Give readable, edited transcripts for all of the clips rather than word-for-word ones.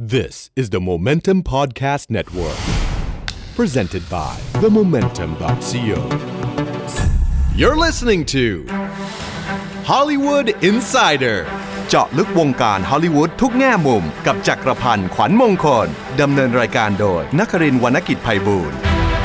This is the Momentum Podcast Network, presented by themomentum.co. You're listening to Hollywood Insider เจาะลึกวงการฮอลลีวูดทุกแง่มุมกับจักรพันธ์ขวัญมงคลดำเนินรายการโดยนครินทร์ วรรณกิจไพบูลย์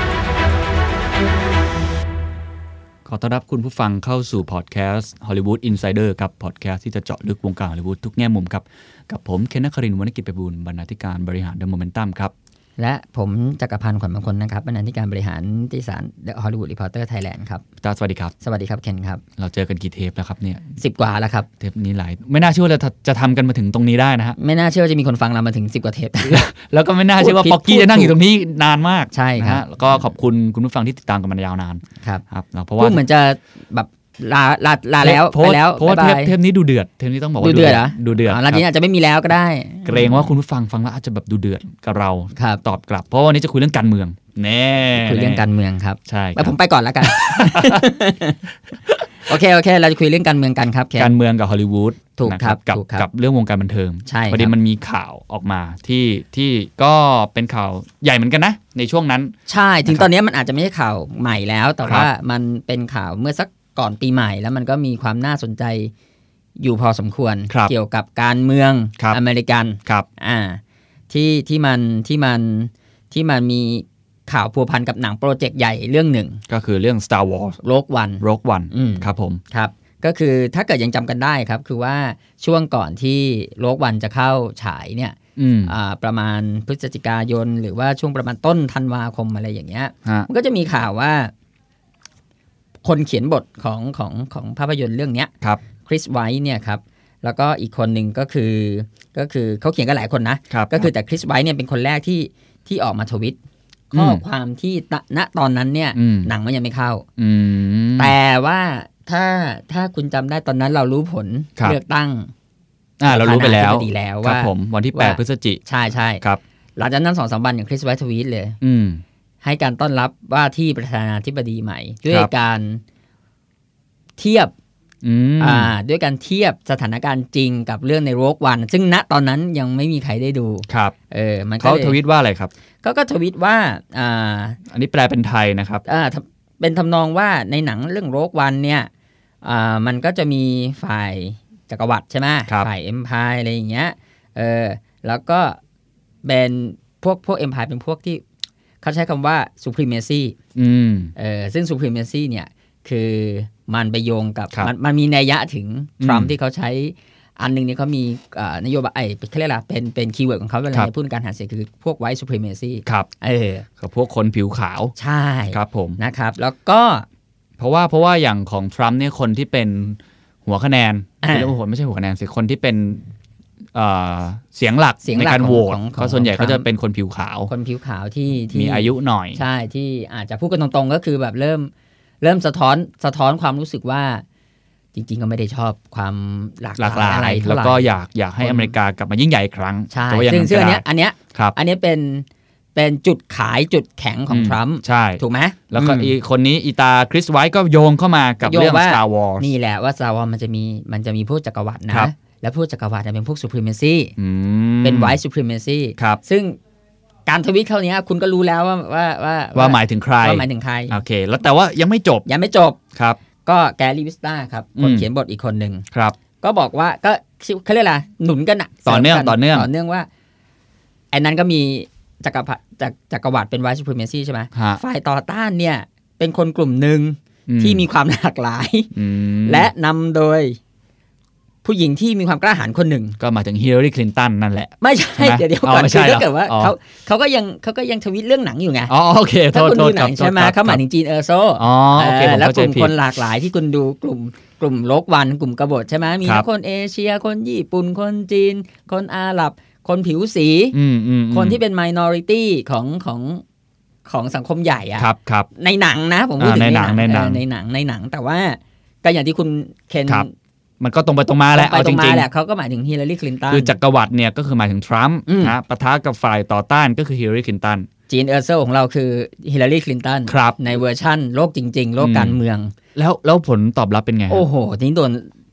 ขอต้อนรับคุณผู้ฟังเข้าสู่พอดแคสต์ Hollywood Insider ครับพอดแคสต์ที่จะเจาะลึกวงการฮอลลีวูดทุกแง่มุมครับกับผมเคนนครินทร์ วรรณกิจไพบูลย์บรรณาธิการบริหาร The Momentum ครับและผมจักรพันธ์ขวัญมงคลนะครับบรรณาธิการบริหารนิตยสาร The Hollywood Reporter Thailand ครับสวัสดีครับสวัสดีครับเคนครับเราเจอกันกี่เทปแล้วครับเนี่ย 10 กว่าแล้วครับเทปนี้หลายไม่น่าเชื่อว่าจะทำกันมาถึงตรงนี้ได้นะฮะไม่น่าเชื่อว่าจะมีคนฟังเรามาถึง10 กว่าเทปแล้วก็ไม่น่าเชื่อว่าป๊อกกี้จะนั่งอยู่ตรงนี้นานมากใช่ครับแล้วก็ขอบคุณคุณผู้ฟังที่ติดตามกันมายาวนานครับเพราะว่าเหมือนจะแบบลาแล้วไปแล้วเพราะว่าเทปนี้ดูเดือดเทปนี้ต้องบอกว่าดูเดือดเหรอดูเดือดแล้วนี้อาจจะไม่มีแล้วก็ได้เกรงว่าคุณผู้ฟังฟังแล้วอาจจะแบบดูเดือดกับเราตอบกลับเพราะวันนี้จะคุยเรื่องการเมืองแน่คุยเรื่องการเมืองครับใช่แล้วผมไปก่อนแล้วกัน โอเคเราจะคุยเรื่องการเมืองกันครับการเมืองกับฮอลลีวูดถูกครับกับเรื่องวงการบันเทิงประเด็นมันมีข่าวออกมาที่ก็เป็นข่าวใหญ่เหมือนกันนะในช่วงนั้นใช่ถึงตอนนี้มันอาจจะไม่ใช่ข่าวใหม่แล้วแต่ว่ามันเป็นข่าวเมื่อสักก่อนปีใหม่แล้วมันก็มีความน่าสนใจอยู่พอสมควรเกี่ยวกับการเมืองอเมริกันที่มันมีข่าวพัวพันกับหนังโปรเจกต์ใหญ่เรื่องหนึ่งก็คือเรื่อง Star Wars Rogue One ครับผมครับก็คือถ้าเกิดยังจำกันได้ครับคือว่าช่วงก่อนที่ Rogue One จะเข้าฉายเนี่ยประมาณพฤศจิกายนหรือว่าช่วงประมาณต้นธันวาคมอะไรอย่างเงี้ยมันก็จะมีข่าวว่าคนเขียนบทของภาพยนตร์เรื่องนี้คริสไวท์เนี่ยครับแล้วก็อีกคนหนึ่งก็คือเขาเขียนกันหลายคนนะก็คือแต่คริสไวท์เนี่ยเป็นคนแรกที่ออกมาทวิตข้อความที่ณตอนนั้นเนี่ยหนังมันยังไม่เข้าแต่ว่าถ้าคุณจำได้ตอนนั้นเรารู้ผลเลือกตั้งเรารู้ไปแล้วว่าผมวันที่8พฤศจิกายนใช่ครับหลังจากนั้น 2-3 วันอย่างคริสไวท์ทวีตเลยให้การต้อนรับว่าที่ประธานาธิบดีใหม่ด้วยการเทียบด้วยการเทียบสถานการณ์จริงกับเรื่องใน Rogue One ซึ่งณตอนนั้นยังไม่มีใครได้ดูครับเขาทวีตว่าอะไรครับก็ทวีตว่าอันนี้แปลเป็นไทยนะครับเป็นทำนองว่าในหนังเรื่อง Rogue One เนี่ยมันก็จะมีฝ่ายจักรวรรดิใช่ไหมฝ่าย Empire อะไรอย่างเงี้ยแล้วก็เป็นพวก Empire เป็นพวกที่เขาใช้คำว่า supremacy ซึ่ง supremacy เนี่ยคือมันไปโยงกับมันมีนัยยะถึงทรัมป์ที่เขาใช้อันนึงนี่เขามีนโยบายเขาเรียกอะไรเป็นคีย์เวิร์ดของเขาเวลาพูดการหาเสียงคือพวก white supremacy ครับกับพวกคนผิวขาวใช่ครับผมนะครับแล้วก็เพราะว่าอย่างของทรัมป์เนี่ยคนที่เป็นหัวคะแนนไม่ใช่หัวคะแนนสิคนที่เป็นเสียงหลักในการโหวตก็ส่วนใหญ่ก็จะเป็นคนผิวขาวที่มีอายุหน่อยใช่ที่อาจจะพูดกันตรงๆก็คือแบบเริ่มสะท้อนความรู้สึกว่าจริงๆก็ไม่ได้ชอบความหลากหลายอะไรแล้วก็อยากให้อเมริกากลับมายิ่งใหญ่อีกครั้งซึ่งอันเนี้ยเป็นจุดขายจุดแข็งของทรัมป์ถูกไหมแล้วก็อีคนนี้อีตาคริสไวท์ก็โยงเข้ามากับเรื่อง Star Wars นี่แหละว่า Star Wars มันจะมีพวกจักรวรรดินะและพวกจักรวรรดิเป็นพวก supremacy เป็น white supremacy ซึ่งการทวิตเขาเนี้ยคุณก็รู้แล้วว่าหมายถึงใครโอเคแล้วแต่ว่ายังไม่จบครับก็แกรี่วิสตาครับคนเขียนบทอีกคนหนึ่งก็บอกว่าก็เขาเรียกอะไรหนุนกันต่อเนื่องว่าไอ้นั้นก็มีจักรวรรดิเป็น white supremacy ใช่ไหมฝ่ายต่อต้านเนี่ยเป็นคนกลุ่มหนึ่งที่มีความหลากหลายและนำโดยผู้หญิงที่มีความกล้าหาญคนหนึ่งก็มาถึงฮิลลารีคลินตันนั่นแหละไม่ใช่เดี๋ยวก่อนคือถ้าเกิดว่าเขาก็ยังทวีตเรื่องหนังอยู่ไงโอเคโทษครับใช่ไหมเขาหมายถึงจีนโซแล้วกลุ่มคนหลากหลายที่คุณดูกลุ่มโลกวันกลุ่มกบฏใช่ไหมมีทั้งคนเอเชียคนญี่ปุ่นคนจีนคนอาหรับคนผิวสีคนที่เป็น minority ของสังคมใหญ่อะในหนังนะผมพูดถึงในหนังแต่ว่าก็อย่างที่คุณเคนมันก็ตรงไปตรงมาแหละเอาจริงๆเขาก็หมายถึงฮิลลารีคลินตันคือจักรวรรดิเนี่ยก็คือหมายถึงทรัมป์นะปะทะกับฝ่ายต่อต้านก็คือฮิลลารีคลินตันจีนเออร์เซลของเราคือฮิลลารีคลินตันในเวอร์ชั่นโลกจริงๆโลกการเมืองแล้วผลตอบรับเป็นไงโอ้โหทีนี้โดนก็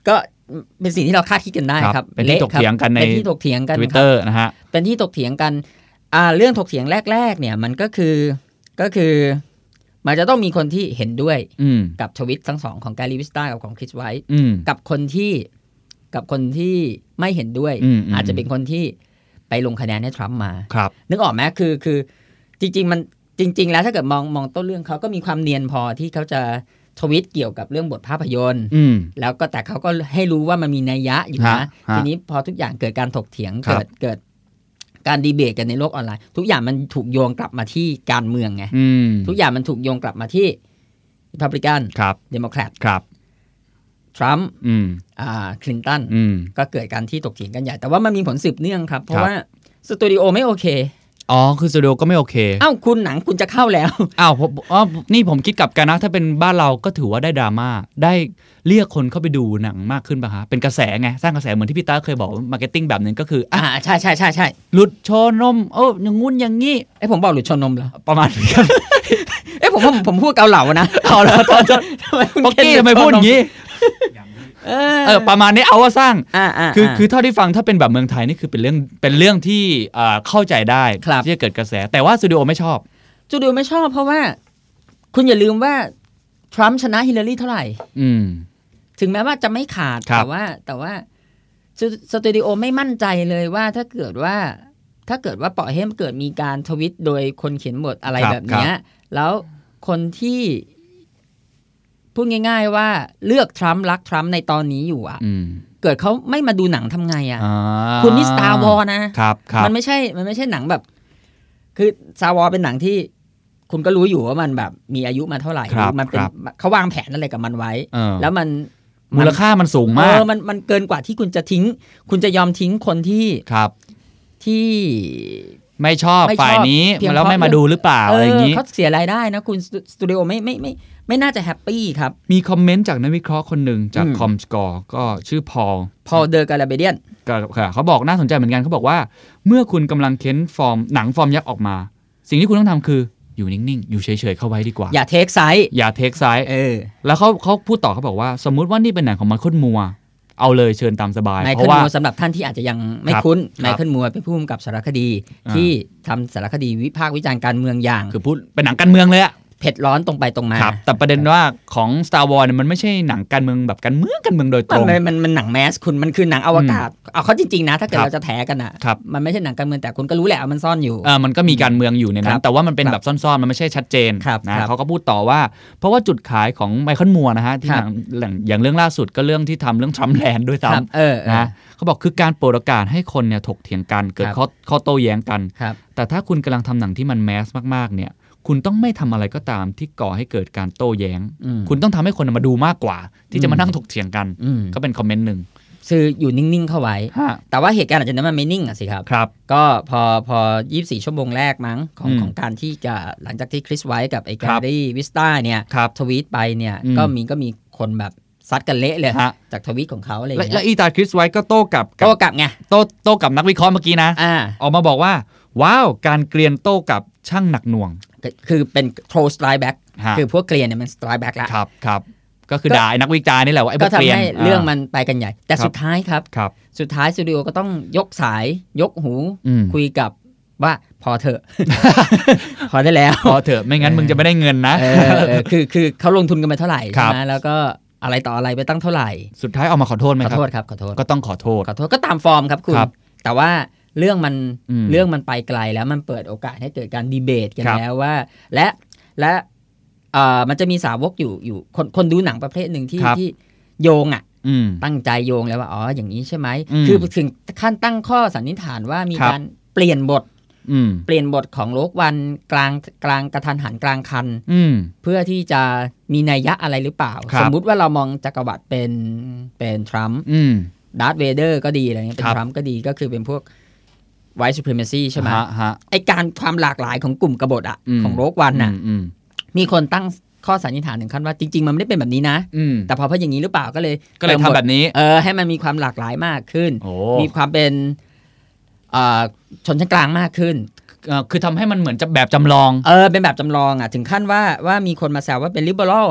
เป็นสิ่งที่เราคาดคิดกันได้ครับเป็นที่ถกเถียงกันใน Twitter นะฮะเป็นที่ถกเถียงกันเรื่องถกเถียงแรกๆเนี่ยมันก็คือมันจะต้องมีคนที่เห็นด้วยกับทวิตทั้งสองของแกรี่วิสตากับของคริสไวท์กับคนที่ไม่เห็นด้วยอาจจะเป็นคนที่ไปลงคะแนนให้ทรัมป์มานึกออกไหมคือจริงๆแล้วถ้าเกิดมองต้นเรื่องเขาก็มีความเนียนพอที่เขาจะทวิตเกี่ยวกับเรื่องบทภาพยนตร์แล้วก็แต่เขาก็ให้รู้ว่ามันมีนัยยะอยู่นะทีนี้พอทุกอย่างเกิดการถกเถียงเกิดการดีเบตกันในโลกออนไลน์ทุกอย่างมันถูกโยงกลับมาที่การเมืองไงทุกอย่างมันถูกโยงกลับมาที่รีพับลิกันเดโมแครตทรัมป์คลินตันก็เกิดการที่ถกเถียงกันใหญ่แต่ว่ามันมีผลสืบเนื่องครับเพราะว่าสตูดิโอไม่โอเคคือสตูดิโอก็ไม่โอเคคุณหนังคุณจะเข้าแล้วนี่ผมคิดกลับกันนะถ้าเป็นบ้านเราก็ถือว่าได้ดราม่าได้เรียกคนเข้าไปดูหนังมากขึ้นป่ะฮะเป็นกระแสไงสร้างกระแสเหมือนที่พี่ตาเคยบอกมาร์เก็ตติ้งแบบนึงก็คือใช่หลุดโชว์นมอย่างงุ้นอย่างงี้ผมบอกหลุดโชว์นมเหรอประมาณนี้ครับผมพูดเกาเหลานะเอาแล้วตอนป๊อกกี้ทำไมพูดอย่างงี้ประมาณนี้เอาว่าสร้างคือเท่าที่ฟังถ้าเป็นแบบเมืองไทยนี่คือเป็นเรื่องที่เข้าใจได้ที่จะเกิดกระแสแต่ว่าสตูดิโอไม่ชอบเพราะว่าคุณอย่าลืมว่าทรัมป์ชนะฮิลลารีเท่าไหร่ถึงแม้ว่าจะไม่ขาดแต่ว่าสตูดิโอไม่มั่นใจเลยว่าถ้าเกิดว่าปล่อยให้มันเกิดมีการทวิตโดยคนเขียนบทอะไรแบบนี้แล้วคนที่พูดง่ายๆว่าเลือกทรัมป์รักทรัมป์ในตอนนี้อยู่เกิดเขาไม่มาดูหนังทำไงคุณนี่ Star Wars นะมันไม่ใช่หนังแบบคือ Star Wars เป็นหนังที่คุณก็รู้อยู่ว่ามันแบบมีอายุมาเท่าไหร่มันเป็นเขาวางแผนอะไรกับมันไว้แล้วมันมูลค่ามันสูงมากมันเกินกว่าที่คุณจะยอมทิ้งคนที่ไม่ชอบฝ่ายนี้แล้วไม่มาดูหรือเปล่าอะไรอย่างนี้เขาเสียรายได้นะคุณสตูดิโอไม่น่าจะแฮปปี้ครับมีคอมเมนต์จากนักวิเคราะห์คนหนึ่งจากคอมสกอร์ก็ชื่อพอลเดอร์กาลาเบเดียนเขาบอกน่าสนใจเหมือนกันเขาบอกว่าเมื่อคุณกำลังเค้นหนังฟอร์มยักษ์ออกมาสิ่งที่คุณต้องทำคืออยู่นิ่งๆอยู่เฉยๆเข้าไว้ดีกว่าอย่าเทคไซด์แล้วเขาพูดต่อเขาบอกว่าสมมุติว่านี่เป็นหนังของไมเคิลมัวร์เอาเลยเชิญตามสบายเพราะว่าสำหรับท่านที่อาจจะยังไม่คุ้นไมเคิลมัวร์เป็นผู้กำกับสารคดีที่ทำสารคดีวิพากษ์วิจารณ์การเมืองอย่างคือพูดเป็นหนังการเมืองเลยอะเผ็ดร้อนตรงไปตรงมาแต่ประเด็นว่าของ Star Wars เนี่ยมันไม่ใช่หนังการเมืองแบบการเมืองโดยตรงมันหนังแมสคุณมันคือหนังอวกาศเอาเขาจริงๆนะถ้าเกิดเราจะแถกันอ่ะมันไม่ใช่หนังการเมืองแต่คุณก็รู้แหละมันซ่อนอยู่มันก็มีการเมืองอยู่ในนั้นแต่ว่ามันเป็นแบบซ่อนๆมันไม่ใช่ชัดเจนนะเขาก็พูดต่อว่าเพราะว่าจุดขายของไมเคิลมัวร์นะฮะที่อย่างเรื่องล่าสุดก็เรื่องที่ทำเรื่องทรัมป์แลนด์ด้วยซ้ำนะเขาบอกคือการเปิดโอกาสให้คนเนี่ยถกเถียงกันเกิดข้อโต้แย้งกันแต่ถ้าคุณกำลังทำหนังที่มันแมสมากๆเนี่ยคุณต้องไม่ทำอะไรก็ตามที่ก่อให้เกิดการโต้แย้งคุณต้องทำให้คนมาดูมากกว่าที่จะมานั่งถกเถียงกันก็เป็นคอมเมนต์หนึ่งคืออยู่นิ่งๆเข้าไว้แต่ว่าเหตุการณ์อาจจะนั้นมันไม่นิ่งอ่ะสิครับก็พอ24ชั่วโมงแรกมั้งของการที่จะหลังจากที่คริสไวท์กับไอ้แกรี่วิสตาเนี่ยทวีตไปเนี่ยก็มีคนแบบซัดกันเละเลยจากทวีตของเขาอะไรอย่างเงี้ยและอีตาคริสไวท์ก็โต้กลับไงโต้กับนักวิเคราะห์เมื่อกี้นะออกมาบอกว่าว้าวการเกรียนโต้กับช่างหนักหน่วงคือเป็นโทรสไตร์แบ็กคือพวกเกรียนเนี่ยมันสไตร์แบ็กแล้วครับก็คือด่านักวิจารณ์นี่แหละว่าไอ้พวกเกรียนก็ทำให้เรื่องมันไปกันใหญ่แต่สุดท้ายครับสุดท้ายสตูดิโอก็ต้องยกสายยกหูคุยกับว่าพอเถอะ พอได้แล้วพอเถอะไม่งั้นมึงจะไม่ได้เงินนะคือเขาลงทุนกันไปเท่าไหร่ใช่ไหมแล้วก็อะไรต่ออะไรไปตั้งเท่าไหร่สุดท้ายเอามาขอโทษไหมครับขอโทษครับขอโทษก็ต้องขอโทษก็ตามฟอร์มครับคุณแต่ว่าเรื่องมันไปไกลแล้วมันเปิดโอกาสให้เกิดการดีเบตกันแล้วว่าและมันจะมีสาวกอยู่คนดูหนังประเภทหนึ่งที่โยงตั้งใจโยงแล้วว่าอ๋ออย่างนี้ใช่ไหมคือถึงขั้นตั้งข้อสันนิษฐานว่ามีการเปลี่ยนบทของโลกวันกลางกระทันหันกลางคันเพื่อที่จะมีนัยยะอะไรหรือเปล่าสมมุติว่าเรามองจักรวรรดิเป็นทรัมป์ดาร์ธเวเดอร์ก็ดีอะไรเงี้ยเป็นทรัมป์ก็ดีก็คือเป็นพวกWhite Supremacy ใช่ไหมไอการความหลากหลายของกลุ่มกบฏของโลกวันน่ะมีคนตั้งข้อสันนิษฐานถึงขั้นว่าจริงๆมันไม่ได้เป็นแบบนี้นะแต่พออย่างนี้หรือเปล่าก็เลยทำแบบนี้ให้มันมีความหลากหลายมากขึ้นมีความเป็นชนชั้นกลางมากขึ้นคือทำให้มันเหมือนจะแบบจำลองเป็นแบบจำลองถึงขั้นว่ามีคนมาแซวว่าเป็น liberal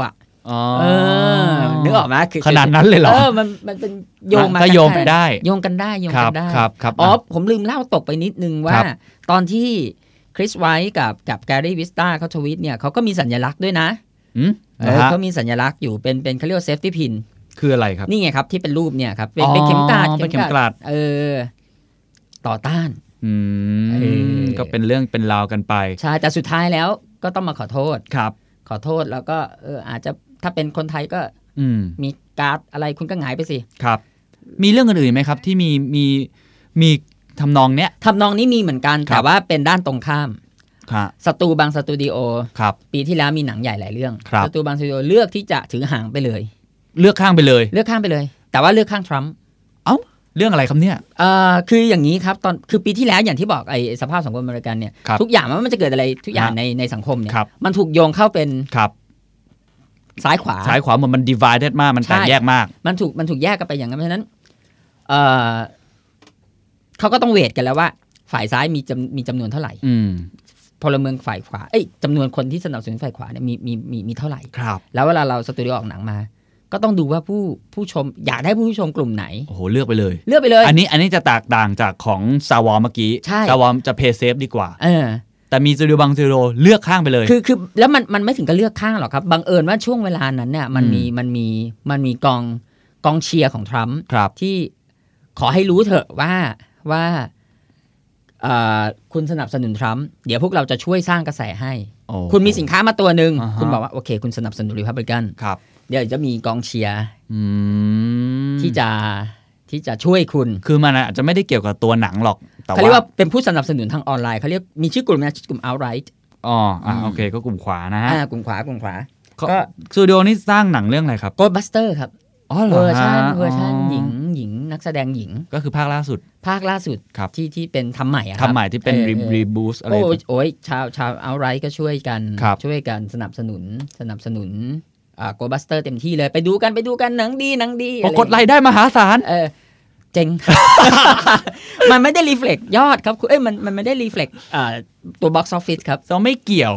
นึกออกไหมขนาดนั้นเลยเหรอมันเป็นโยงมาก็โยงไปได้โยงกันได้ครับอ๋อผมลืมเล่าตกไปนิดนึงว่าตอนที่คริสไวท์กับแกรี่วิสตาเขาทวีตเนี่ยเขาก็มีสัญลักษณ์ด้วยนะเขามีสัญลักษณ์อยู่เป็นเขาเรียกว่าเซฟตี้พินคืออะไรครับนี่ไงครับที่เป็นรูปเนี่ยครับเป็นเข็มกลัดต่อต้านก็เป็นเรื่องเป็นราวกันไปใช่แต่สุดท้ายแล้วก็ต้องมาขอโทษครับขอโทษแล้วก็อาจจะถ้าเป็นคนไทยก็มีการ์ดอะไรคุณก็หงายไปสิครับมีเรื่องอื่นๆไหมครับที่มีทำนองเนี้ยทำนองนี้มีเหมือนกันแต่ว่าเป็นด้านตรงข้ามสตูบางสตูดิโอปีที่แล้วมีหนังใหญ่หลายเรื่องสตูบางสตูดิโอเลือกที่จะถือหางไปเลยเลือกข้างไปเลยแต่ว่าเลือกข้างทรัมป์เรื่องอะไรครับเนี่ยคืออย่างนี้ครับคือปีที่แล้วอย่างที่บอกไอ้สภาพสังคมอเมริกันเนี่ยทุกอย่างมันจะเกิดอะไรทุกอย่างในสังคมเนี่ยมันถูกโยงเข้าเป็นซ้ายขวามัน divided มากมันแตกแยกมากมันถูกแยกกันไปอย่างนั้นเพราะฉะนั้นเขาก็ต้องเวทกันแล้วว่าฝ่ายซ้ายมีจำนวนเท่าไหร่พลเมืองฝ่ายขวาจำนวนคนที่สนับสนุนฝ่ายขวาเนี่ยมีเท่าไหร่แล้วเวลาเราสตูดิโอออกหนังมาก็ต้องดูว่าผู้ชมอยากได้ผู้ชมกลุ่มไหนโอ้โหเลือกไปเลยอันนี้จะแตกต่างจากของซาวอเมื่อกี้ซาวอจะเพย์เซฟดีกว่าแต่มีสตูดิโอบางสตูดิโอเลือกข้างไปเลยคือแล้วมันไม่ถึงกับเลือกข้างหรอกครับบังเอิญว่าช่วงเวลานั้นเนี่ยมันมีกองเชียร์ของทรัมป์ที่ขอให้รู้เถอะว่าคุณสนับสนุนทรัมป์เดี๋ยวพวกเราจะช่วยสร้างกระแสให้คุณมีสินค้ามาตัวนึงคุณบอกว่าโอเคคุณสนับสนุนรีพับลิกันเดี๋ยวจะมีกองเชียร์ที่จะช่วยคุณคือมันอาจจะไม่ได้เกี่ยวกับตัวหนังหรอกแต่เขาเรียกว่าเป็นผู้สนับสนุนทางออนไลน์เขาเรียกมีชื่อกลุ่มนะชื่อกลุ่ม outright โอเคก็กลุ่มขวานะฮะกลุ่มขวาก็สตูดิโอนี่สร้างหนังเรื่องอะไรครับ Ghostbuster ครับเวอร์ชันหญิงนักแสดงหญิงก็คือภาคล่าสุดที่เป็นทำใหม่ที่เป็นรีบูสอะไรโอ้ยชาว outright ก็ช่วยกันสนับสนุนGhostbuster เต็มที่เลยไปดูกันหนังดีกดรายได้มหาศาลเจ๋ง มันไม่ได้รีเฟล็กยอดครับมันไม่ได้รีเฟล็กตัว box office ครับไม่เกี่ยว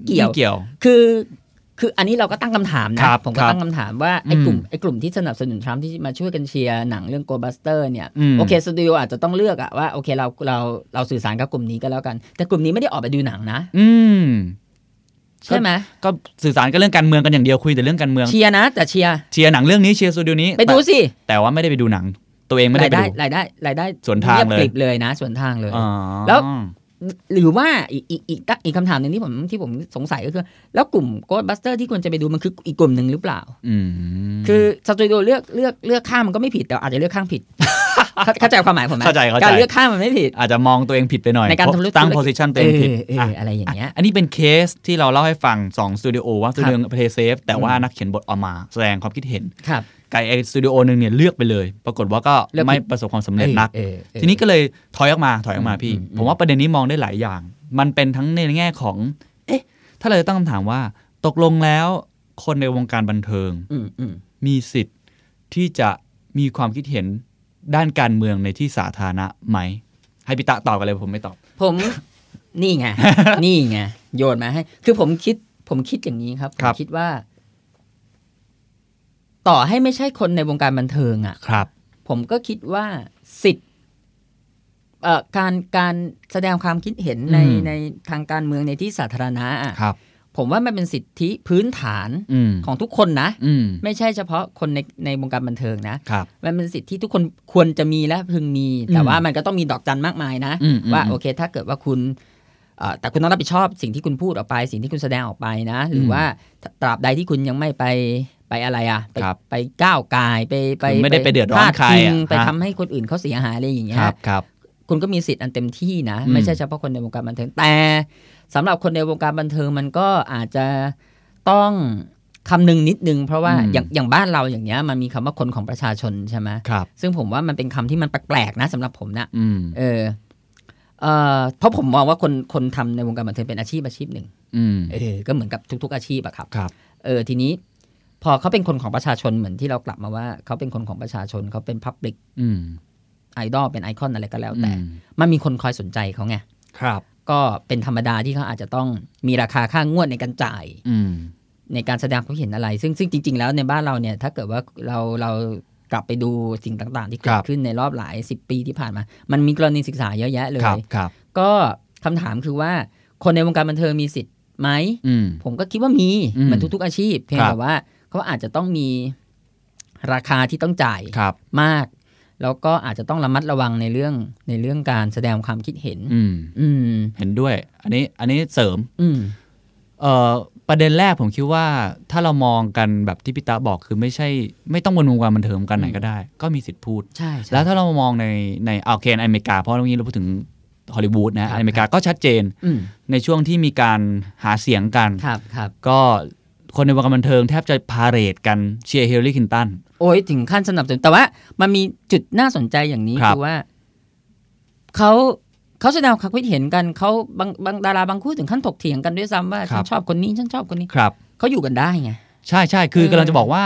คืออันนี้เราก็ตั้งคำถามนะผมก็ตั้งคำถามว่าไอ้กลุ่มที่สนับสนุนทรัมป์ที่มาช่วยกันเชียร์หนังเรื่อง Ghostbuster เนี่ยโอเคสตูดิโออาจจะต้องเลือกว่าโอเคเราสื่อสารกับกลุ่มนี้ก็แล้วกันแต่กลุ่มนี้ไม่ได้ออกไปดูหนังนะใช่ไหมก็สื่อสารกันเรื่องการเมืองกันอย่างเดียวคุยแต่เรื่องการเมืองเชียร์นะแต่เชียร์หนังเรื่องนี้เชียร์สตูดิโอนี้ไปดูสิแต่ว่าไม่ได้ไปดูหนังตัวเองไม่ได้ไปดูรายได้ส่วนทางเลยนะส่วนทางเลยแล้วหรือว่าอีกคำถามนึงที่ผมสงสัยก็คือแล้วกลุ่ม Ghostbuster ที่ควรจะไปดูมันคืออีกกลุ่มหนึ่งหรือเปล่าคือสตูดิโอเลือกข้างมันก็ไม่ผิดแต่อาจจะเลือกข้างผิดเข้าใจความหมายผมไหมการเลือกข้างมันไม่ผิดอาจจะมองตัวเองผิดไปหน่อยในการตั้ง position ตัวเองผิดอะไรอย่างเงี้ยอันนี้เป็นเคสที่เราเล่าให้ฟัง2สตูดิโอว่าสตูดิโอเพลย์เซฟแต่ว่านักเขียนบทออกมาแสดงความคิดเห็นไก่สตูดิโอนึงเนี่ยเลือกไปเลยปรากฏว่าก็ไม่ประสบความสำเร็จนักทีนี้ก็เลยถอยออกมาพี่ผมว่าประเด็นนี้มองได้หลายอย่างมันเป็นทั้งในแง่ของถ้าเราตั้งคำถามว่าตกลงแล้วคนในวงการบันเทิงมีสิทธิ์ที่จะมีความคิดเห็นด้านการเมืองในที่สาธารณะไหมให้พี่ตะตอบกันเลยผมไม่ตอบผมนี่ไง โยนมาให้คือผมคิดอย่างนี้ครับผมคิดว่าต่อให้ไม่ใช่คนในวงการบันเทิงครับผมก็คิดว่าสิทธิ์การแสดงความคิดเห็นในทางการเมืองในที่สาธารณะผมว่ามันเป็นสิทธิพื้นฐานของทุกคนนะไม่ใช่เฉพาะคนในวงการบันเทิงนะมันเป็นสิทธิที่ทุกคนควรจะมีและพึงมีแต่ว่ามันก็ต้องมีดอกจันมากมายนะว่าโอเคถ้าเกิดว่าคุณแต่คุณต้องรับผิดชอบสิ่งที่คุณพูดออกไปสิ่งที่คุณแสดงออกไปนะหรือว่าตราบใดที่คุณยังไม่ไปอะไรไปก้าวก่ายไปไม่ได้ไปเดือดร้อนใครไปทำให้คนอื่นเขาเสียหายอะไรอย่างเงี้ยคุณก็มีสิทธิ์อันเต็มที่นะไม่ใช่เฉพาะคนในวงการบันเทิงแต่สำหรับคนในวงการบันเทิงมันก็อาจจะต้องคำนึงนิดนึงเพราะว่าอย่างบ้านเราอย่างเงี้ยมันมีคำว่าคนของประชาชนใช่ไหมซึ่งผมว่ามันเป็นคำที่มันแปลกๆนะสำหรับผมนะเพราะผมมองว่าคนทำในวงการบันเทิงเป็นอาชีพหนึ่งก็เหมือนกับทุกๆอาชีพอะครับทีนี้พอเขาเป็นคนของประชาชนเหมือนที่เรากลับมาว่าเขาเป็นคนของประชาชนเขาเป็นพับลิกไอดอลเป็นไอคอนอะไรก็แล้วแต่มันมีคนคอยสนใจเขาไงก็เป็นธรรมดาที่เขาอาจจะต้องมีราคาค่างวดในการจ่ายในการแสดงความเห็นอะไรซึ่งจริงๆแล้วในบ้านเราเนี่ยถ้าเกิดว่าเรากลับไปดูสิ่งต่างๆที่เกิดขึ้นในรอบหลาย10 ปีที่ผ่านมามันมีกรณีศึกษาเยอะแยะเลยก็คำถามคือว่าคนในวงการบันเทิงมีสิทธิ์ไหมผมก็คิดว่ามีเหมือนทุกๆอาชีพเพียงแต่ว่าเขาอาจจะต้องมีราคาที่ต้องจ่ายมากแล้วก็อาจจะต้องระมัดระวังในเรื่องการแสดงความคิดเห็นเห็นด้วยอันนี้เสริมประเด็นแรกผมคิดว่าถ้าเรามองกันแบบที่พี่ตาบอกคือไม่ต้องบนวงการบันเทิงกันไหนก็ได้ก็มีสิทธิ์พูดแล้วถ้าเรามองในโอเคอเมริกาเพราะตรงนี้เราพูดถึงฮอลลีวูดนะอเมริกาก็ชัดเจนในช่วงที่มีการหาเสียงกันก็คนในวงการบันเทิงแทบจะพาเหรดกันเชียร์ฮิลลารีคลินตันโอ้ยถึงขั้นสนับสนุนแต่ว่ามันมีจุดน่าสนใจอย่างนี้คือว่าเขาแสดงความคิดเห็นกันเขาบางดาราบางคู่ถึงขั้นถกเถียงกันด้วยซ้ำว่าฉันชอบคนนี้ฉันชอบคนนี้เขาอยู่กันได้ไงใช่คือกำลังจะบอกว่า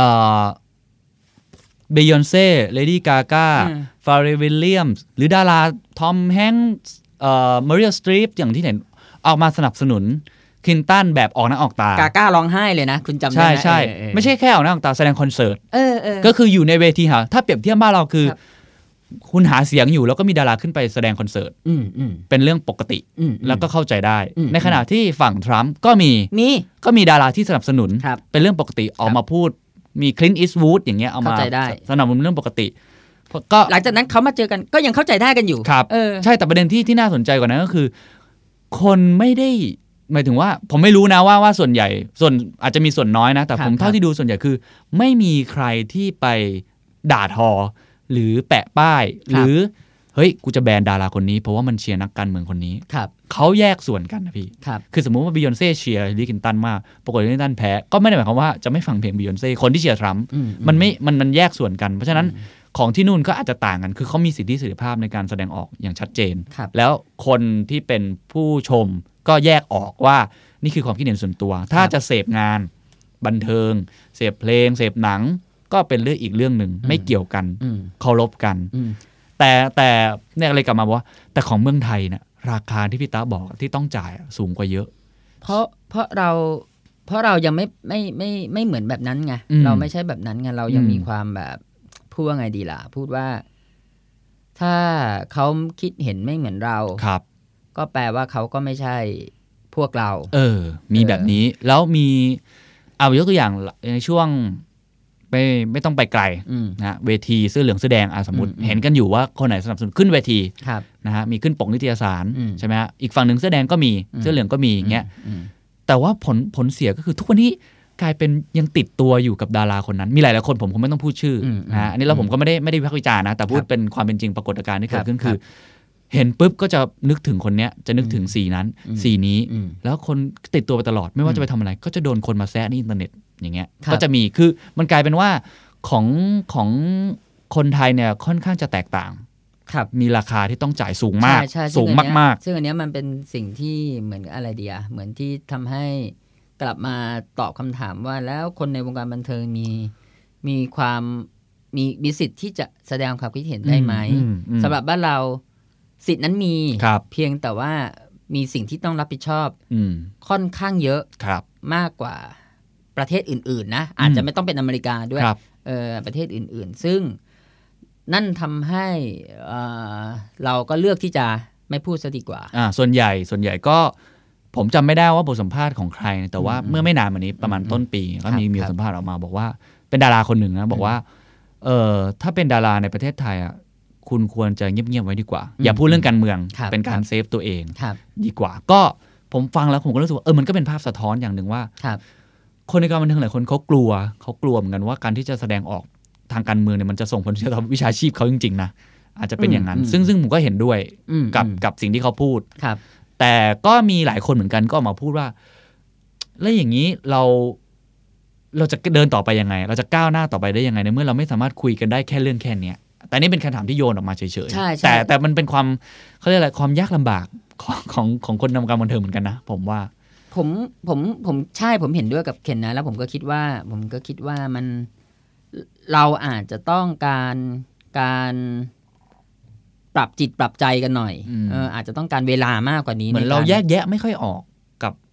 เบยอนเซ่เลดี้กาก้าฟาเรลวิลเลียมส์หรือดาราทอมแฮงค์มาริโอสตรีปอย่างที่เห็นออกมาสนับสนุนคลินตันแบบออกหน้าออกตากาก้าร้องไห้เลยนะคุณจำได้ไหมใช่ไม่ใช่แค่ออกหน้าออกตาแสดงคอนเสิร์ตก็คืออยู่ในเวทีถ้าเปรียบเทียบบ้านเราคือคุณหาเสียงอยู่แล้วก็มีดาราขึ้นไปแสดงคอนเสิร์ตเป็นเรื่องปกติแล้วก็เข้าใจได้ในขณะที่ฝั่งทรัมป์ก็มีดาราที่สนับสนุนเป็นเรื่องปกติออกมาพูดมีคลินต์อีสต์วูดอย่างเงี้ยเอามาสนับสนุนเรื่องปกติก็หลังจากนั้นเขามาเจอกันก็ยังเข้าใจได้กันอยู่ครับใช่แต่ประเด็นที่น่าสนใจกว่านั้นก็คือคนไม่ได้หมายถึงว่าผมไม่รู้นะว่าส่วนใหญ่อาจจะมีส่วนน้อยนะแต่ผมเท่าที่ดูส่วนใหญ่คือไม่มีใครที่ไปด่าทอหรือแปะป้ายหรือเฮ้ยกูจะแบนดาราคนนี้เพราะว่ามันเชียร์นักการเมืองคนนี้เขาแยกส่วนกันนะพี่คือสมมุติว่าบิยอนเซ่เชียร์ฮิลลารีคลินตันมากปรากฏฮิลลารีคลินตันแพ้ก็ไม่ได้หมายความว่าจะไม่ฟังเพลงบิยอนเซ่คนที่เชียร์ทรัมป์มันแยกส่วนกันเพราะฉะนั้นของที่นู่นก็อาจจะต่างกันคือเขามีสิทธิเสรีภาพในการแสดงออกอย่างชัดเจนแล้วคนที่เป็นผู้ชมก็แยกออกว่านี่คือความคิดเห็นส่วนตัวถ้าจะเสพงานบันเทิงเสพเพลงเสพหนังก็เป็นเรื่องอีกเรื่องหนึ่งไม่เกี่ยวกันเคารพกันแต่เนี่ยอะไรกลับมาบอกว่าแต่ของเมืองไทยเนี่ยราคาที่พี่ตาบอกที่ต้องจ่ายสูงกว่าเยอะเพราะเรายังไม่เหมือนแบบนั้นไงเราไม่ใช่แบบนั้นไงเรายังมีความแบบพูดว่าไงดีล่ะพูดว่าถ้าเขาคิดเห็นไม่เหมือนเราก็แปลว่าเขาก็ไม่ใช่พวกเรามีแบบนี้แล้วมีเอายกตัวอย่างในช่วงไม่ต้องไปไกลนะเวทีเสื้อเหลืองเสื้อแดงสมมติเห็นกันอยู่ว่าคนไหนสนับสนุนขึ้นเวทีนะฮะมีขึ้นปกนิตยสารใช่ไหมฮะอีกฝั่งหนึ่งเสื้อแดงก็มีเสื้อเหลืองก็มีอย่างเงี้ยแต่ว่าผลเสียก็คือทุกวันนี้กลายเป็นยังติดตัวอยู่กับดาราคนนั้นมีหลายๆคนผมคงไม่ต้องพูดชื่อนะฮะอันนี้เราผมก็ไม่ได้วิพากษ์วิจารณ์นะแต่พูดเป็นความเป็นจริงปรากฏการณ์ที่เกิดขึ้นคือเห็นปุ๊บก็จะนึกถึงคนเนี้ยจะนึกถึงสีนั้นสีนี้แล้วคนติดตัวไปตลอดไม่ว่าจะไปทำอะไรก็จะโดนคนมาแซะในอินเทอร์เน็ตอย่างเงี้ยก็จะมีคือมันกลายเป็นว่าของคนไทยเนี่ยค่อนข้างจะแตกต่างมีราคาที่ต้องจ่ายสูงมากสูงมากๆซึ่งอันนี้มันเป็นสิ่งที่เหมือนอะไรเดียเหมือนที่ทำให้กลับมาตอบคำถามว่าแล้วคนในวงการบันเทิงมีความมีสิทธิ์ที่จะแสดงความคิดเห็นได้ไหมสำหรับบ้านเราสิทธินั้นมีเพียงแต่ว่ามีสิ่งที่ต้องรับผิดชอบค่อนข้างเยอะมากกว่าประเทศอื่นๆนะอาจจะไม่ต้องเป็นอเมริกาด้วยประเทศอื่นๆซึ่งนั่นทำให้เราก็เลือกที่จะไม่พูดซะดีกว่าส่วนใหญ่ก็ผมจำไม่ได้ว่าบทสัมภาษณ์ของใครแต่ว่าเมื่อไม่นานมานี้ประมาณต้นปีก็มีสัมภาษณ์ออกมาบอกว่าเป็นดาราคนหนึ่งนะบอกว่าถ้าเป็นดาราในประเทศไทยคุณควรจะเงียบๆไว้ดีกว่าอย่าพูดเรื่องการเมืองเป็นการเซฟตัวเองดีกว่าก็ผมฟังแล้วผมก็รู้สึกว่ามันก็เป็นภาพสะท้อนอย่างหนึ่งว่าคนในการบันเทิงหลายคนเขากลัวเหมือนกันว่าการที่จะแสดงออกทางการเมืองเนี่ยมันจะส่งผลเสียต่อวิชาชีพเขาจริงๆนะอาจจะเป็นอย่างนั้นซึ่งผมก็เห็นด้วยกับสิ่งที่เขาพูดแต่ก็มีหลายคนเหมือนกันก็ออกมาพูดว่าแล้วอย่างนี้เราจะเดินต่อไปยังไงเราจะก้าวหน้าต่อไปได้ยังไงในเมื่อเราไม่สามารถคุยกันได้แค่เรื่องแค่นี้แต่นี่เป็นคำถามที่โยนออกมาเฉยๆแต่มันเป็นความเขาเรียกอะไรความยากลำบากของคนในวงการบันเทิงเหมือนกันนะผมว่าผมใช่ผมเห็นด้วยกับเคนนะแล้วผมก็คิดว่ามันเราอาจจะต้องการปรับจิตปรับใจกันหน่อยอาจจะต้องการเวลามากกว่านี้เหมือนเราแยกแยะไม่ค่อยออก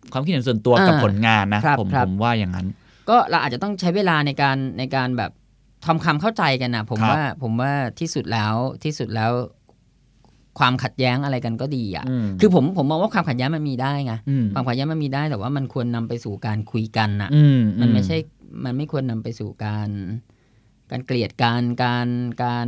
ความคิดเห็นส่วนตัวกับผลงานนะผมว่าอย่างนั้นก็เราอาจจะต้องใช้เวลาในการแบบทำความเข้าใจกันนะผมว่าที่สุดแล้วความขัดแย้งอะไรกันก็ดีอ่ะคือผมมองว่าความขัดแย้งมันมีได้ไงความขัดแย้งมันมีได้แต่ว่ามันควรนำไปสู่การคุยกันน่ะมันไม่ควรนำไปสู่การเกลียดการ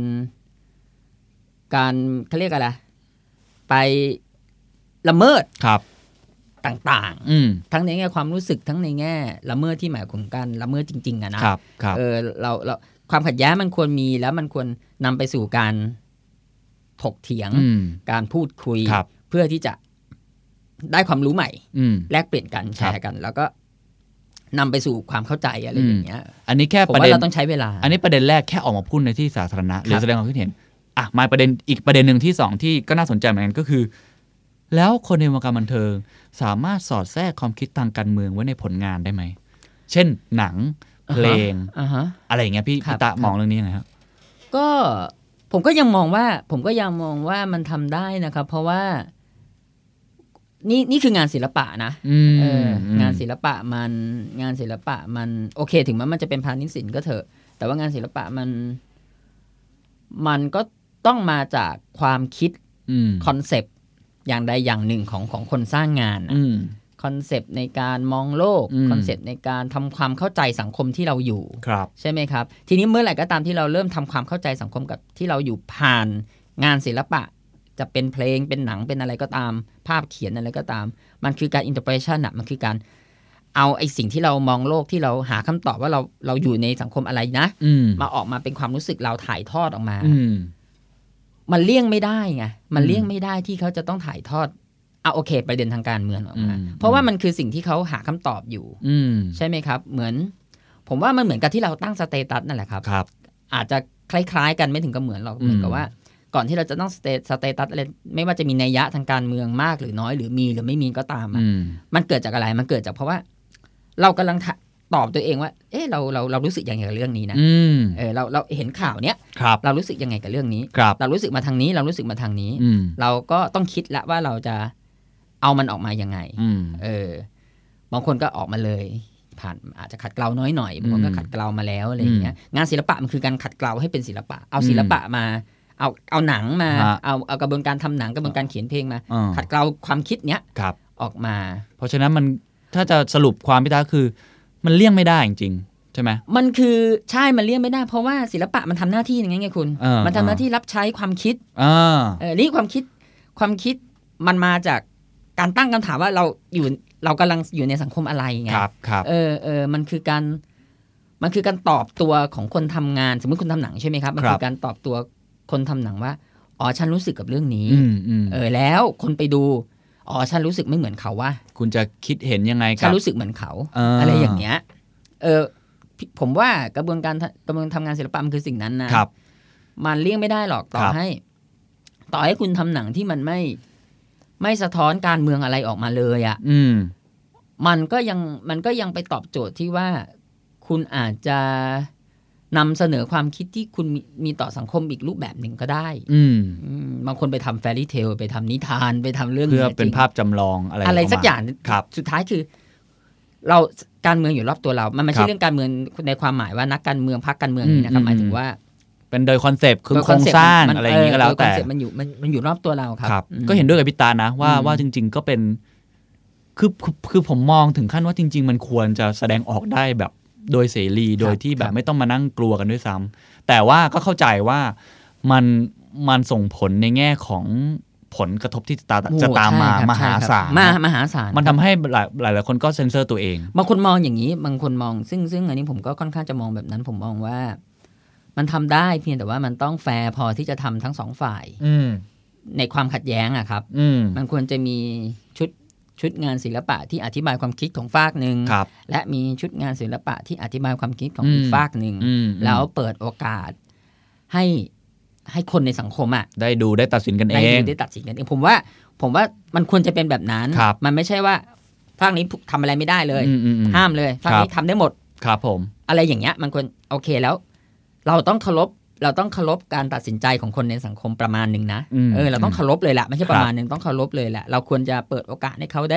เขาเรียกอะไรไปละเมิดต่างๆทั้งในแง่ความรู้สึกทั้งในแง่ละเมิดที่หมายถึงการละเมิดจริงๆอะนะเราความขัดแย้งมันควรมีแล้วมันควรนำไปสู่การถกเถียงการพูดคุยเพื่อที่จะได้ความรู้ใหม่แลกเปลี่ยนกันแชร์กันแล้วก็นำไปสู่ความเข้าใจอะไรอย่างเงี้ยอันนี้แค่ประเด็นเราต้องใช้เวลาอันนี้ประเด็นแรกแค่ออกมาพูดในที่สาธารณะหรือแสดงความคิดเห็นมาประเด็นอีกประเด็นนึงที่2ที่ก็น่าสนใจเหมือนกันก็คือแล้วคนในวงการบันเทิงสามารถสอดแทรกความคิดทางการเมืองไว้ในผลงานได้ไหมเช่นหนังเพลงอะไรอย่างเงี้ยพี่ตะมองเรื่องนี้ยังไงครับก็ผมก็ยังมองว่ามันทำได้นะครับเพราะว่านี่คืองานศิลปะนะงานศิลปะมันโอเคถึงมันจะเป็นพาณิชย์ศิลป์ก็เถอะแต่ว่างานศิลปะมันก็ต้องมาจากความคิดคอนเซปต์อย่างใดอย่างหนึ่งของคนสร้างงานคอนเซปต์ในการมองโลกคอนเซปต์ในการทำความเข้าใจสังคมที่เราอยู่ใช่ไหมครับทีนี้เมื่อไหร่ก็ตามที่เราเริ่มทำความเข้าใจสังคมกับที่เราอยู่ผ่านงานศิลปะจะเป็นเพลงเป็นหนังเป็นอะไรก็ตามภาพเขียนอะไรก็ตามมันคือการ interpretation มันคือการเอาไอ้สิ่งที่เรามองโลกที่เราหาคำตอบว่าเราอยู่ในสังคมอะไรนะมาออกมาเป็นความรู้สึกเราถ่ายทอดออกมามันเลี่ยงไม่ได้ไงมันเลี่ยงไม่ได้ที่เขาจะต้องถ่ายทอดโอเคประเด็นทางการเมืองออกมาเพราะว่ามันคือสิ่งที่เขาหาคำตอบอยู่ใช่ไหมครับเหมือนผมว่ามันเหมือนกับที่เราตั้งสเตตัสนั่นแหละครับอาจจะคล้ายๆกันไม่ถึงกับเหมือนหรอกเหมือนกับว่าก่อนที่เราจะต้องสเตตัสอะไรไม่ว่าจะมีนัยยะทางการเมืองมากหรือน้อยหรือมีหรือไม่มีก็ตามมันเกิดจากอะไรมันเกิดจากเพราะว่าเรากำลังตอบตัวเองว่าเรารู้สึกยังไงกับเรื่องนี้นะเราเห็นข่าวเนี้ยเรารู้สึกยังไงกับเรื่องนี้เรารู้สึกมาทางนี้เรารู้สึกมาทางนี้เราก็ต้องคิดละว่าเราจะเอามันออกมายังไงบางคนก็ออกมาเลยผ่านอาจจะขัดเกลาน้อยหน่อยบางคนก็ขัดเกลามาแล้วอะไรอย่างเงี้ยงานศิลปะมันคือการขัดเกลาให้เป็นศิลปะเอาศิลปะมาเอาหนังมาเอากระบวนการทำหนังกระบวนการเขียนเพลงมาขัดเกลาความคิดเนี้ยออกมาเพราะฉะนั้นมันถ้าจะสรุปความพิจารณาคือมันเลี่ยงไม่ได้จริงๆใช่ไหมมันคือใช่มันเลี่ยงไม่ได้เพราะว่าศิลปะมันทำหน้าที่อย่างไงคุณมันทำหน้าที่รับใช้ความคิดนี่ความคิดมันมาจากการตั้งคำถามว่าเรากำลังอยู่ในสังคมอะไรไงมันคือการตอบตัวของคนทำงานสมมติคุณทำหนังใช่ไหมครับมันคือการตอบตัวคนทำหนังว่าฉันรู้สึกกับเรื่องนี้แล้วคนไปดูฉันรู้สึกไม่เหมือนเขาว่าคุณจะคิดเห็นยังไงฉันรู้สึกเหมือนเขาอะไรอย่างเงี้ยผมว่ากระบวนการทำงานศิลปะมันคือสิ่งนั้นนะมันเลี่ยงไม่ได้หรอกต่อให้คุณทำหนังที่มันไม่สะท้อนการเมืองอะไรออกมาเลยอ่ะมันก็ยังไปตอบโจทย์ที่ว่าคุณอาจจะนำเสนอความคิดที่คุณมีต่อสังคมอีกรูปแบบหนึ่งก็ได้บางคนไปทำแฟรี่เทลไปทำนิทานไปทำเรื่องเพื่อเป็นภาพจำลองอะไรสักอย่างสุดท้ายคือการเมืองอยู่รอบตัวเรามันไม่ใช่เรื่องการเมืองในความหมายว่านักการเมืองพรรคการเมืองนี่นะครับหมายถึงว่าเป็นโดยคอนเซปต์คือโครงสร้างอะไรอย่างนี้ก็แล้วแต่มันอยู่รอบตัวเราครับก็เห็นด้วยกับพี่ตานะว่าจริงๆก็เป็นคือผมมองถึงขั้นว่าจริงๆมันควรจะแสดงออกได้แบบโดยเสรีโดยที่แบบไม่ต้องมานั่งกลัวกันด้วยซ้ำแต่ว่าก็เข้าใจว่ามันส่งผลในแง่ของผลกระทบที่จะตามมามหาศาลมันทำให้หลายคนก็เซ็นเซอร์ตัวเองบางคนมองอย่างนี้บางคนมองซึ่งอันนี้ผมก็ค่อนข้างจะมองแบบนั้นผมมองว่ามันทำได้เพียงแต่ว่ามันต้องแฟร์พอที่จะทำทั้งสองฝ่ายในความขัดแย้งอะครับมันควรจะมีชุดงานศิลปะที่อธิบายความคิดของฝากหนึ่งและมีชุดงานศิลปะที่อธิบายความคิดของอีกฝากหนึ่งแล้วเปิดโอกาสให้คนในสังคมได้ดูได้ตัดสินกันเองได้ตัดสินกันเองผมว่ามันควรจะเป็นแบบนั้นมันไม่ใช่ว่าฝากนี้ทำอะไรไม่ได้เลยห้ามเลยฝากนี้ทำได้หมดครับผมอะไรอย่างเงี้ยมันควรโอเคแล้วเราต้องเคารพการตัดสินใจของคนในสังคมประมาณนึงนะเราต้องเคารพเลยแหละไม่ใช่ประมาณนึงต้องเคารพเลยแหละเราควรจะเปิดโอกาสให้เขา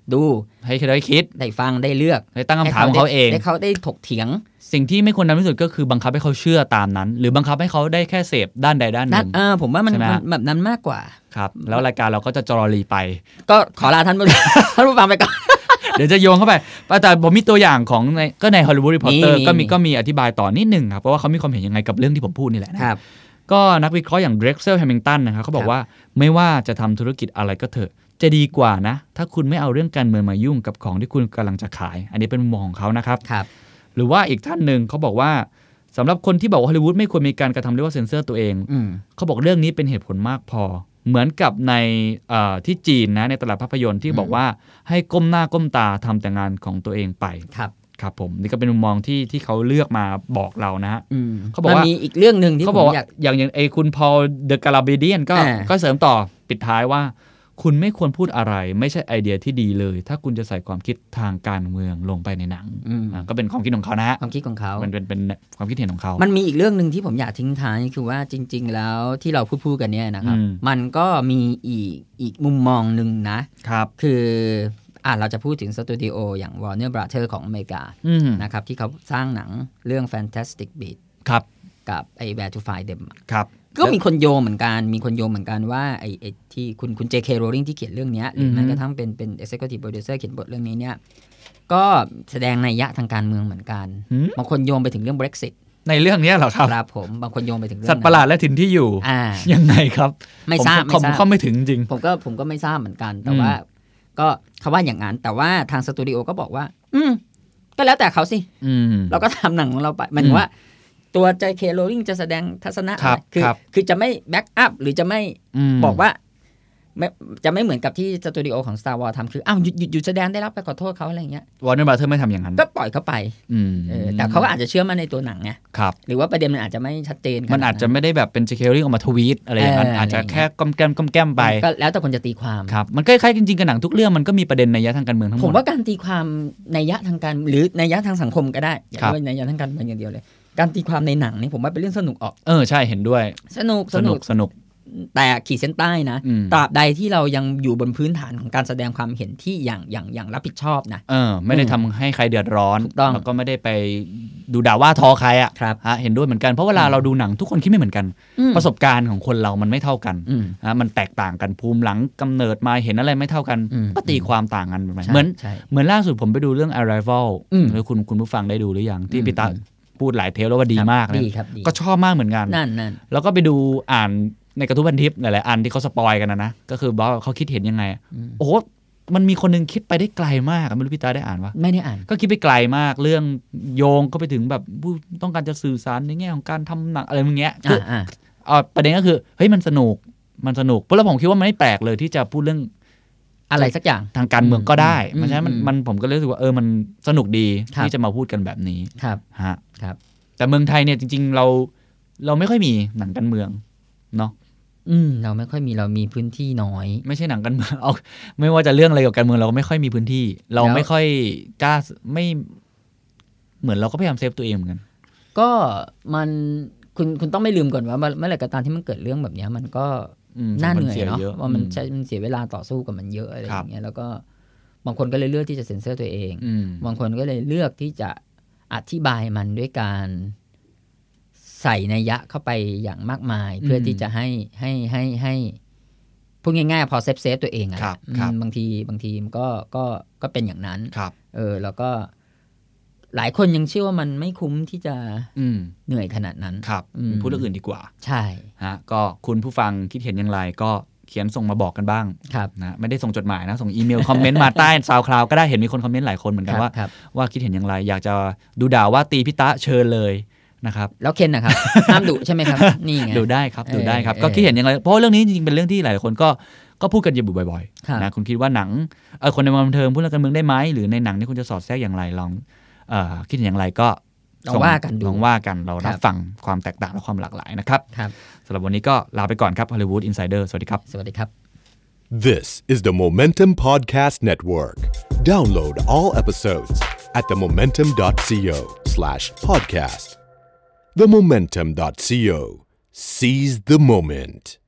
ดูให้ได้คิดได้ฟังได้เลือกได้ตั้งคำถามของเขาเองให้เขาได้ถกเถียงสิ่งที่ไม่ควรทำที่สุดก็คือบังคับให้เขาเชื่อตามนั้นหรือบังคับให้เขาได้แค่เสพด้านใดด้านหนึ่งผมว่ามันแบบนั้นมากกว่าครับแล้วรายการเราก็จะจรลีไปก็ขอลาท่านผู้ฟังไปก่อนเดี๋ยวจะโยงเข้าไปแต่ผมมีตัวอย่างของก็ใน Hollywood Reporter ก็มีอธิบายต่อนิดนึงครับเพราะว่าเขามีความเห็นยังไงกับเรื่องที่ผมพูดนี่แหละนะครับก็นักวิเคราะห์อย่าง Drexel Hamilton นะครับเขาบอกว่าไม่ว่าจะทำธุรกิจอะไรก็เถอะจะดีกว่านะถ้าคุณไม่เอาเรื่องการเมืองมายุ่งกับของที่คุณกำลังจะขายอันนี้เป็นมุมมองของเขานะครับหรือว่าอีกท่านนึงเขาบอกว่าสำหรับคนที่บอกว่าฮอลลีวูดไม่ควรมีการกระทำเรียกว่าเซ็นเซอร์ตัวเองเขาบอกเรื่องนี้เป็นเหตุผลมากพอเหมือนกับในที่จีนนะในตลาดภาพยนตร์ที่บอกว่าให้ก้มหน้าก้มตาทำแต่งานของตัวเองไปครับผมนี่ก็เป็นมุมมองที่เขาเลือกมาบอกเรานะฮะเขาบอกว่ามีอีกเรื่องนึงที่เขาบอกว่าอย่างไอ้คุณพอลเดอะกาลาเบเดียนก็เสริมต่อปิดท้ายว่าคุณไม่ควรพูดอะไรไม่ใช่ไอเดียที่ดีเลยถ้าคุณจะใส่ความคิดทางการเมืองลงไปในหนังก็เป็นความคิดของเขานะฮะความคิดของเขาเป็นความคิดเห็นของเขามันมีอีกเรื่องนึงที่ผมอยากทิ้งท้ายคือว่าจริงๆแล้วที่เราพูดกันเนี่ยนะครับมันก็มีอีกมุมมองนึงนะครับคือเราจะพูดถึงสตูดิโออย่าง Warner Brothers ของอเมริกานะครับที่เขาสร้างหนังเรื่อง Fantastic Beasts ครับกับไอ้ Where to Find Them ครับก็มีคนโยงเหมือนกันว่าไอ้ที่คุณ J.K. Rowling ที่เขียนเรื่องนี้หรือแม้กระทั่งเป็น Executive Producer เขียนบทเรื่องนี้เนี่ยก็แสดงนัยยะทางการเมืองเหมือนกันบางคนโยงไปถึงเรื่อง Brexit ในเรื่องนี้เหรอครับครับผมบางคนโยงไปถึงเรื่องสัตว์ประหลาดและถิ่นที่อยู่ยังไงครับไม่ทราบผมเข้าไม่ถึงจริงผมก็ไม่ทราบเหมือนกันแต่ว่าก็เขาว่าอย่างนั้นแต่ว่าทางสตูดิโอก็บอกว่าก็แล้วแต่เขาสิเราก็ทำหนังของเราไปหมายถึงว่าตัว J.K. Rowling จะแสดงทัศนะคือจะไม่แบ็กอัพหรือจะไม่บอกว่าจะไม่เหมือนกับที่สตูดิโอของ Star Wars ทำคือหยุดแสดงได้รับไปขอโทษเขาอะไรเงี้ย Warner Brothers ไม่ทำอย่างนั้นก็ปล่อยเขาไปแต่เขาก็อาจจะเชื่อมั่นในตัวหนังไงหรือว่าประเด็นมันอาจจะไม่ชัดเจนมันอาจจะไม่ได้แบบเป็น J.K. Rowling ออกมาทวีตอะไรอย่างนั้นอาจจะแค่ก้มแก้มไปก็แล้วแต่คนจะตีความครับมันคล้ายๆจริงๆกับหนังทุกเรื่องมันก็มีประเด็นนัยยะทางการเมืองทั้งหมดผมว่าการตีความนัยยะทางการหรือนัยยะทางสังคมก็ได้อย่าว่านัยยะทางการเมืองอย่างเดียวเลยการตีความในหนังนี่ผมว่าเป็นเรื่องสนุกออกใช่เห็นด้วยสนุกแต่ขีดเส้นใต้นะตราบใดที่เรายังอยู่บนพื้นฐานของการแสดงความเห็นที่อย่างรับผิดชอบนะไม่ได้ทำให้ใครเดือดร้อนแล้วก็ไม่ได้ไปดูด่าว่าทอใครเห็นด้วยเหมือนกันเพราะเวลาเราดูหนังทุกคนคิดไม่เหมือนกันประสบการณ์ของคนเรามันไม่เท่ากันมันแตกต่างกันภูมิหลังกำเนิดมาเห็นอะไรไม่เท่ากันก็ตีความต่างกันเหมือนล่าสุดผมไปดูเรื่อง Arrival แล้วคุณผู้ฟังได้ดูหรือยังที่พี่ตาพูดหลายเทปแล้วว่าดีมากนะก็ชอบมากเหมือนกันแล้วก็ไปดูอ่านในกระทู้พันทิปหลายๆอันที่เขาสปอยกันนะก็คือบอกเขาคิดเห็นยังไงโอ้โหมันมีคนนึงคิดไปได้ไกลมากไม่รู้พี่ตาได้อ่านวะไม่ได้อ่านก็คิดไปไกลมากเรื่องโยงก็ไปถึงแบบต้องการจะสื่อสารในแง่ของการทำหนังอะไรอย่างเงี้ยประเด็นก็คือเฮ้ยมันสนุกเพราะแล้วผมคิดว่ามันไม่แปลกเลยที่จะพูดเรื่องอะไรสักอย่างทางการเมืองก็ได้เพราะฉะนั้นมันผมก็รู้สึกว่ามันสนุกดีที่จะมาพูดกันแบบนี้ครับแต่เมืองไทยเนี่ยจริงๆเราไม่ค่อยมีหนังการเมืองเนาะเราไม่ค่อยมีเรามีพื้นที่น้อยไม่ใช่หนังการเมืองไม่ว่าจะเรื่องอะไรเกี่ยวกับการเมืองเราก็ไม่ค่อยมีพื้นที่เราไม่ค่อยกล้าไม่เหมือนเราก็พยายามเซฟตัวเองเหมือนกันก็มันคุณต้องไม่ลืมก่อนว่าเมื่อไหร่ก็ตามที่มันเกิดเรื่องแบบนี้มันก็น่าเหนื่อยเนาะว่ามันเสียเวลาต่อสู้กับมันเยอะอะไรอย่างเงี้ยแล้วก็บางคนก็เลยเลือกที่จะเซ็นเซอร์ตัวเองบางคนก็เลยเลือกที่จะอธิบายมันด้วยการใส่นัยยะเข้าไปอย่างมากมายเพื่อที่จะให้พูดง่ายๆพอเซฟตัวเองบางทีมันก็เป็นอย่างนั้นแล้วก็หลายคนยังเชื่อว่ามันไม่คุ้มที่จะเหนื่อยขนาดนั้นพูดเรื่องอื่นดีกว่าใช่ก็คุณผู้ฟังคิดเห็นอย่างไรก็เขียนส่งมาบอกกันบ้างนะไม่ได้ส่งจดหมายนะส่งอีเมลคอมเมนต์มาใต้SoundCloudก็ได้เห็นมีคนคอมเมนต์หลายคนเหมือนกันว่าคิดเห็นอย่างไรอยากจะดูด่าว่าตีพี่ตะเชิญเลยนะครับแล้วเคนนะครับห้ามดุใช่ไหมครับนี่ไงดูได้ครับก็คิดเห็นอย่างไรเพราะเรื่องนี้จริงๆเป็นเรื่องที่หลายคนก็พูดกันอยู่บ่อยๆนะคุณคิดว่าหนังคนในวงการบันเทิงพูดเรื่องการเมืองได้ไหมหรือในหนังนี่คุณจะสอดแทรกอย่างไรลองคิดเห็นอย่างไรก็ลองว่ากันเรารับฟังความแตกต่างและความหลากหลายนะครับสำหรับวันนี้ก็ลาไปก่อนครับ Hollywood Insider สวัสดีครับสวัสดีครับ This is the Momentum Podcast Network. Download all episodes at themomentum.co/podcast. themomentum.co. Seize the moment.